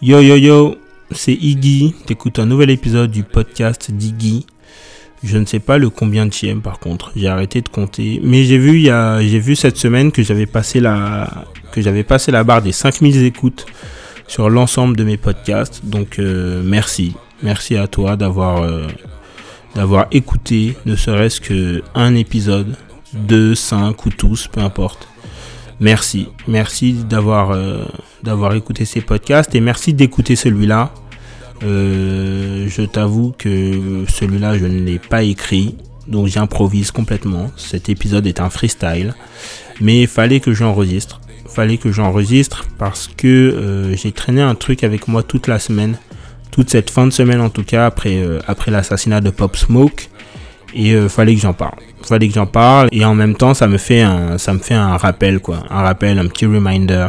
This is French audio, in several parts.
Yo yo yo, c'est Iggy, t'écoutes un nouvel épisode du podcast d'Iggy. Je ne sais pas le combien de chiens par contre, j'ai arrêté de compter. Mais j'ai vu cette semaine que j'avais passé la barre des 5000 écoutes sur l'ensemble de mes podcasts. Donc merci à toi d'avoir écouté ne serait-ce qu'un épisode, 2, 5 ou tous, peu importe. Merci d'avoir écouté ces podcasts et merci d'écouter celui-là. Je t'avoue que celui-là, je ne l'ai pas écrit, donc j'improvise complètement. Cet épisode est un freestyle, mais il fallait que j'enregistre parce que j'ai traîné un truc avec moi toute la semaine, toute cette fin de semaine en tout cas, après l'assassinat de Pop Smoke. Et fallait que j'en parle et en même temps ça me fait un rappel, un petit reminder,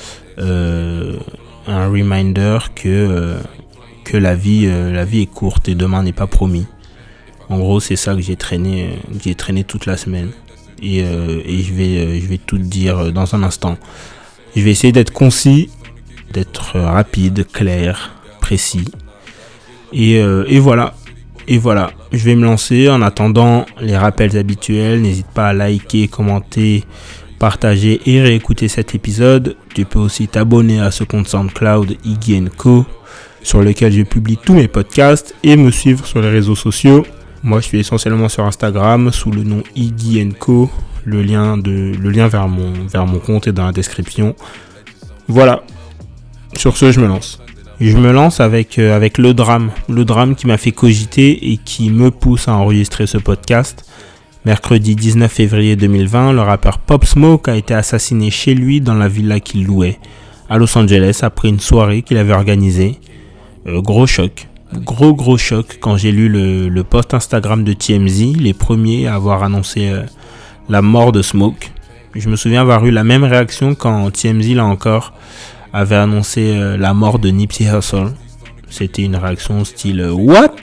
que la vie est courte et demain n'est pas promis. En gros, c'est ça que j'ai traîné toute la semaine et je vais tout te dire dans un instant. Je vais essayer d'être concis, d'être rapide, clair, précis et voilà. Et voilà, je vais me lancer. En attendant, les rappels habituels, n'hésite pas à liker, commenter, partager et réécouter cet épisode. Tu peux aussi t'abonner à ce compte SoundCloud Iggy & Co, sur lequel je publie tous mes podcasts, et me suivre sur les réseaux sociaux. Moi, je suis essentiellement sur Instagram sous le nom Iggy & Co. Le lien vers mon compte est dans la description. Voilà. Sur ce, je me lance. Je me lance avec le drame qui m'a fait cogiter et qui me pousse à enregistrer ce podcast. Mercredi 19 février 2020, le rappeur Pop Smoke a été assassiné chez lui dans la villa qu'il louait à Los Angeles après une soirée qu'il avait organisée. Gros choc quand j'ai lu le post Instagram de TMZ, les premiers à avoir annoncé la mort de Smoke. Je me souviens avoir eu la même réaction quand TMZ, là encore, avait annoncé la mort de Nipsey Hussle. C'était une réaction style what?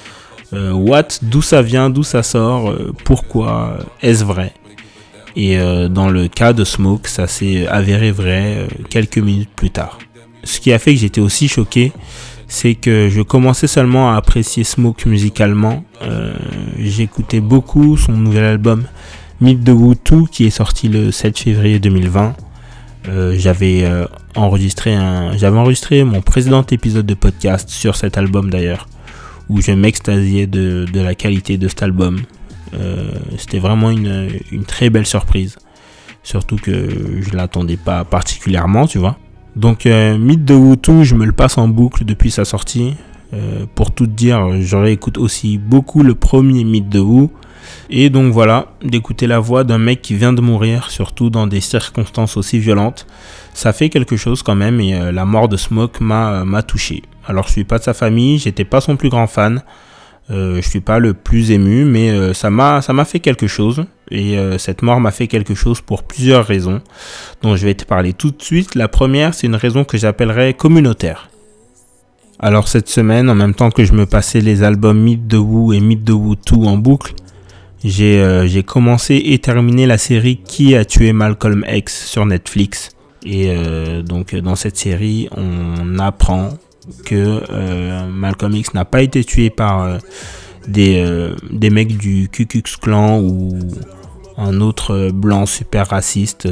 D'où ça vient, d'où ça sort, pourquoi, est-ce vrai? Et dans le cas de Smoke, ça s'est avéré vrai quelques minutes plus tard. Ce qui a fait que j'étais aussi choqué, c'est que je commençais seulement à apprécier Smoke musicalement. J'écoutais beaucoup son nouvel album Meet the Woo 2 qui est sorti le 7 février 2020. J'avais enregistré mon précédent épisode de podcast sur cet album d'ailleurs, où je m'extasiais de la qualité de cet album. C'était vraiment une très belle surprise, surtout que je l'attendais pas particulièrement, tu vois. Donc Meet the Woo 2, je me le passe en boucle depuis sa sortie. Pour tout te dire, je réécoute aussi beaucoup le premier Meet the Woo. Et donc voilà, d'écouter la voix d'un mec qui vient de mourir, surtout dans des circonstances aussi violentes, ça fait quelque chose quand même, et la mort de Smoke m'a touché. Alors je suis pas de sa famille, j'étais pas son plus grand fan, je suis pas le plus ému, mais ça m'a fait quelque chose, et cette mort m'a fait quelque chose pour plusieurs raisons, dont je vais te parler tout de suite. La première, c'est une raison que j'appellerais communautaire. Alors cette semaine, en même temps que je me passais les albums Meet the Woo et Meet the Woo 2 en boucle, j'ai commencé et terminé la série Qui a tué Malcolm X sur Netflix. Et donc dans cette série, on apprend que Malcolm X n'a pas été tué par des mecs du Ku Klux Klan ou un autre blanc super raciste,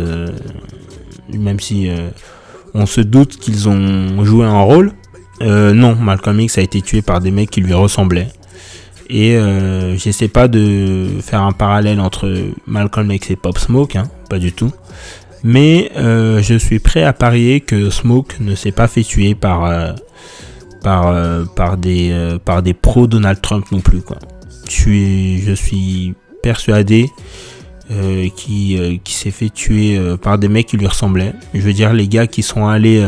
même si on se doute qu'ils ont joué un rôle. Non, Malcolm X a été tué par des mecs qui lui ressemblaient. Et j'essaie pas de faire un parallèle entre Malcolm X et Pop Smoke, pas du tout. Mais je suis prêt à parier que Smoke ne s'est pas fait tuer par des pros Donald Trump non plus, quoi. Je suis persuadé qu'il s'est fait tuer par des mecs qui lui ressemblaient. Je veux dire, les gars qui sont allés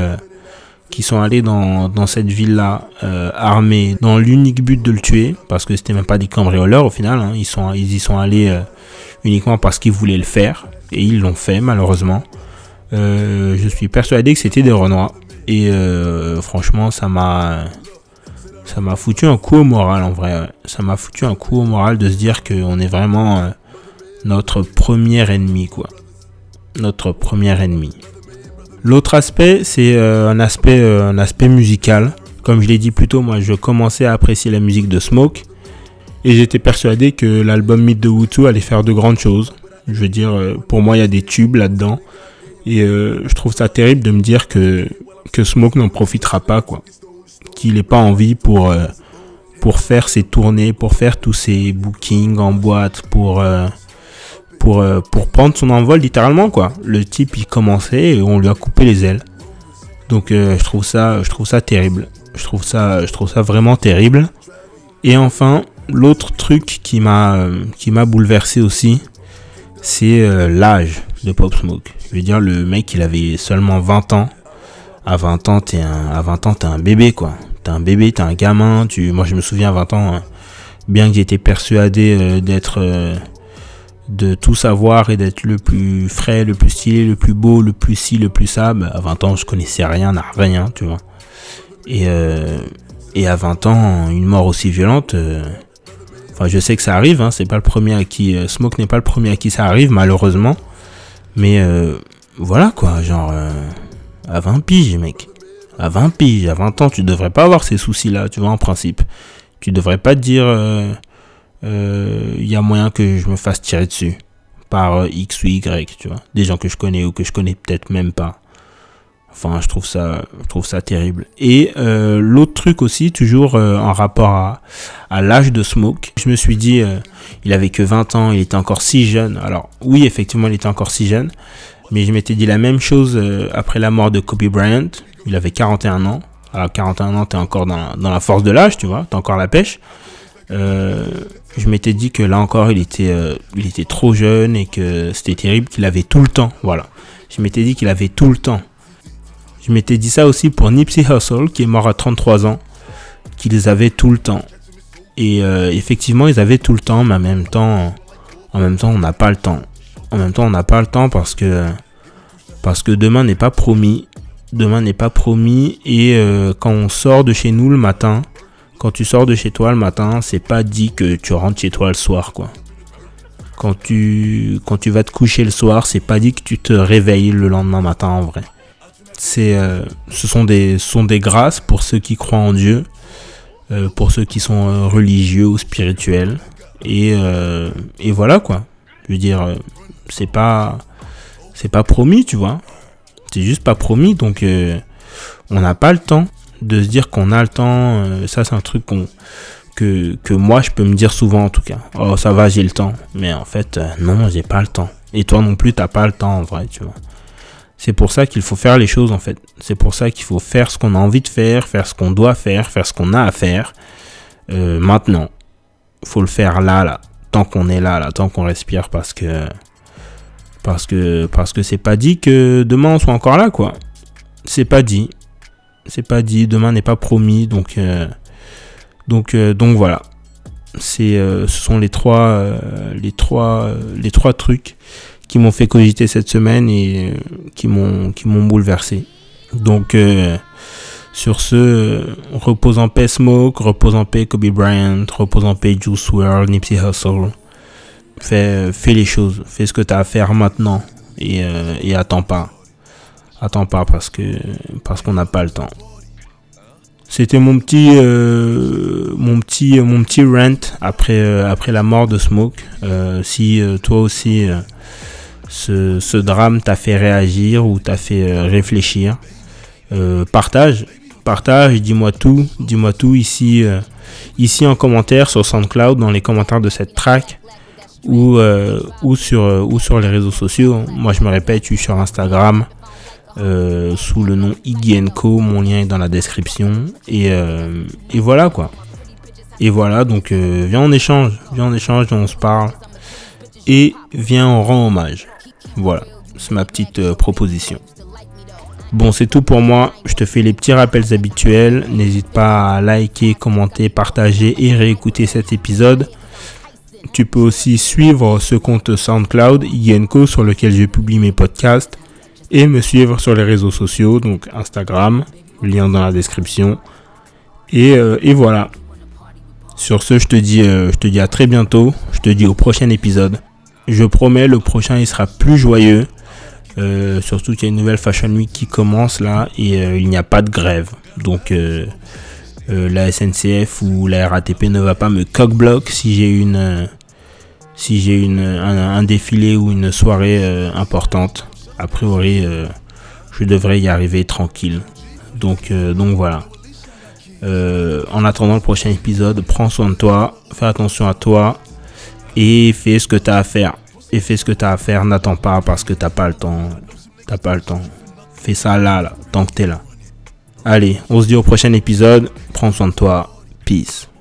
dans cette ville-là armés dans l'unique but de le tuer, parce que c'était même pas des cambrioleurs au final, ils y sont allés uniquement parce qu'ils voulaient le faire, et ils l'ont fait malheureusement. Je suis persuadé que c'était des Renois, et franchement ça m'a foutu un coup au moral en vrai. Ça m'a foutu un coup au moral de se dire qu'on est vraiment notre premier ennemi, quoi. Notre premier ennemi. L'autre aspect, c'est un aspect musical. Comme je l'ai dit plus tôt, moi je commençais à apprécier la musique de Smoke et j'étais persuadé que l'album Meet the Wootoo allait faire de grandes choses. Je veux dire, pour moi il y a des tubes là-dedans et je trouve ça terrible de me dire que Smoke n'en profitera pas, quoi. Qu'il n'ait pas envie pour faire ses tournées, pour faire tous ses bookings en boîte, pour prendre son envol littéralement, quoi. Le type il commençait et on lui a coupé les ailes. Donc je trouve ça terrible. Je trouve ça vraiment terrible. Et enfin, l'autre truc qui m'a bouleversé aussi, c'est l'âge de Pop Smoke. Je veux dire, le mec il avait seulement 20 ans. À 20 ans, t'es un bébé, quoi. T'es un bébé, t'es un gamin. Moi je me souviens à 20 ans, hein, bien que j'étais persuadé de tout savoir et d'être le plus frais, le plus stylé, le plus beau, le plus ci, le plus ça, à 20 ans je connaissais rien, tu vois. Et à 20 ans, une mort aussi violente, enfin je sais que ça arrive, hein, c'est pas le premier à qui Smoke n'est pas le premier à qui ça arrive, malheureusement. Mais voilà, quoi, genre à 20 piges, mec. À 20 piges, à 20 ans, tu devrais pas avoir ces soucis-là, tu vois, en principe. Tu devrais pas te dire y a moyen que je me fasse tirer dessus par X ou Y, tu vois, des gens que je connais ou que je connais peut-être même pas. Enfin, je trouve ça terrible. Et l'autre truc aussi, toujours en rapport à l'âge de Smoke, je me suis dit, il avait que 20 ans, il était encore si jeune. Alors oui, effectivement, il était encore si jeune, mais je m'étais dit la même chose après la mort de Kobe Bryant. Il avait 41 ans. Alors 41 ans, t'es encore dans la force de l'âge, tu vois, t'as encore la pêche. Je m'étais dit que là encore il était trop jeune et que c'était terrible, qu'il avait tout le temps. Voilà, je m'étais dit qu'il avait tout le temps. Je m'étais dit ça aussi pour Nipsey Hussle qui est mort à 33 ans, qu'ils avaient tout le temps. Et effectivement ils avaient tout le temps, mais en même temps on n'a pas le temps. En même temps on n'a pas le temps parce que demain n'est pas promis. Et quand on sort de chez nous le matin, quand tu sors de chez toi le matin, c'est pas dit que tu rentres chez toi le soir, quoi. Quand tu vas te coucher le soir, c'est pas dit que tu te réveilles le lendemain matin, en vrai. Ce sont des grâces pour ceux qui croient en Dieu, pour ceux qui sont religieux ou spirituels. Et voilà, quoi. Je veux dire, c'est pas promis, tu vois. C'est juste pas promis, donc on n'a pas le temps de se dire qu'on a le temps. Ça c'est un truc que moi je peux me dire souvent, en tout cas. Oh, ça va, j'ai le temps. Mais en fait non, j'ai pas le temps. Et toi non plus t'as pas le temps, en vrai, tu vois. C'est pour ça qu'il faut faire les choses, en fait. C'est pour ça qu'il faut faire ce qu'on a envie de faire ce qu'on doit faire ce qu'on a à faire maintenant. Faut le faire là, tant qu'on est là, tant qu'on respire, parce que c'est pas dit que demain on soit encore là, quoi. C'est pas dit, demain n'est pas promis, donc voilà. Ce sont les trois trucs qui m'ont fait cogiter cette semaine et qui m'ont bouleversé. Donc sur ce, repose en paix Smoke, repose en paix Kobe Bryant, repose en paix Juice WRLD, Nipsey Hussle. Fais les choses, fais ce que tu as à faire maintenant et attends pas parce qu'on n'a pas le temps. C'était mon petit rant après la mort de Smoke. Si toi aussi ce drame t'a fait réagir ou t'a fait réfléchir, partage, dis-moi tout ici en commentaire sur SoundCloud, dans les commentaires de cette track. Ou sur les réseaux sociaux. Moi je me répète, je suis sur Instagram sous le nom Iggy & Co. Mon lien est dans la description et voilà, quoi. Et voilà, donc viens on échange, on se parle et viens on rend hommage. Voilà, c'est ma petite proposition. Bon, c'est tout pour moi. Je te fais les petits rappels habituels. N'hésite pas à liker, commenter, partager et réécouter cet épisode. Tu peux aussi suivre ce compte SoundCloud, Iggy & Co, sur lequel je publie mes podcasts, et me suivre sur les réseaux sociaux, donc Instagram, lien dans la description. Et voilà. Sur ce, je te dis à très bientôt. Je te dis au prochain épisode. Je promets, le prochain il sera plus joyeux. Surtout qu'il y a une nouvelle Fashion Week qui commence là et il n'y a pas de grève. Donc la SNCF ou la RATP ne va pas me cock-block si j'ai un défilé ou une soirée importante. A priori, je devrais y arriver tranquille. Donc voilà. En attendant le prochain épisode, prends soin de toi, fais attention à toi et fais ce que tu as à faire. N'attends pas parce que t'as pas le temps. Fais ça là, tant que t'es là. Allez, on se dit au prochain épisode. Prends soin de toi. Peace.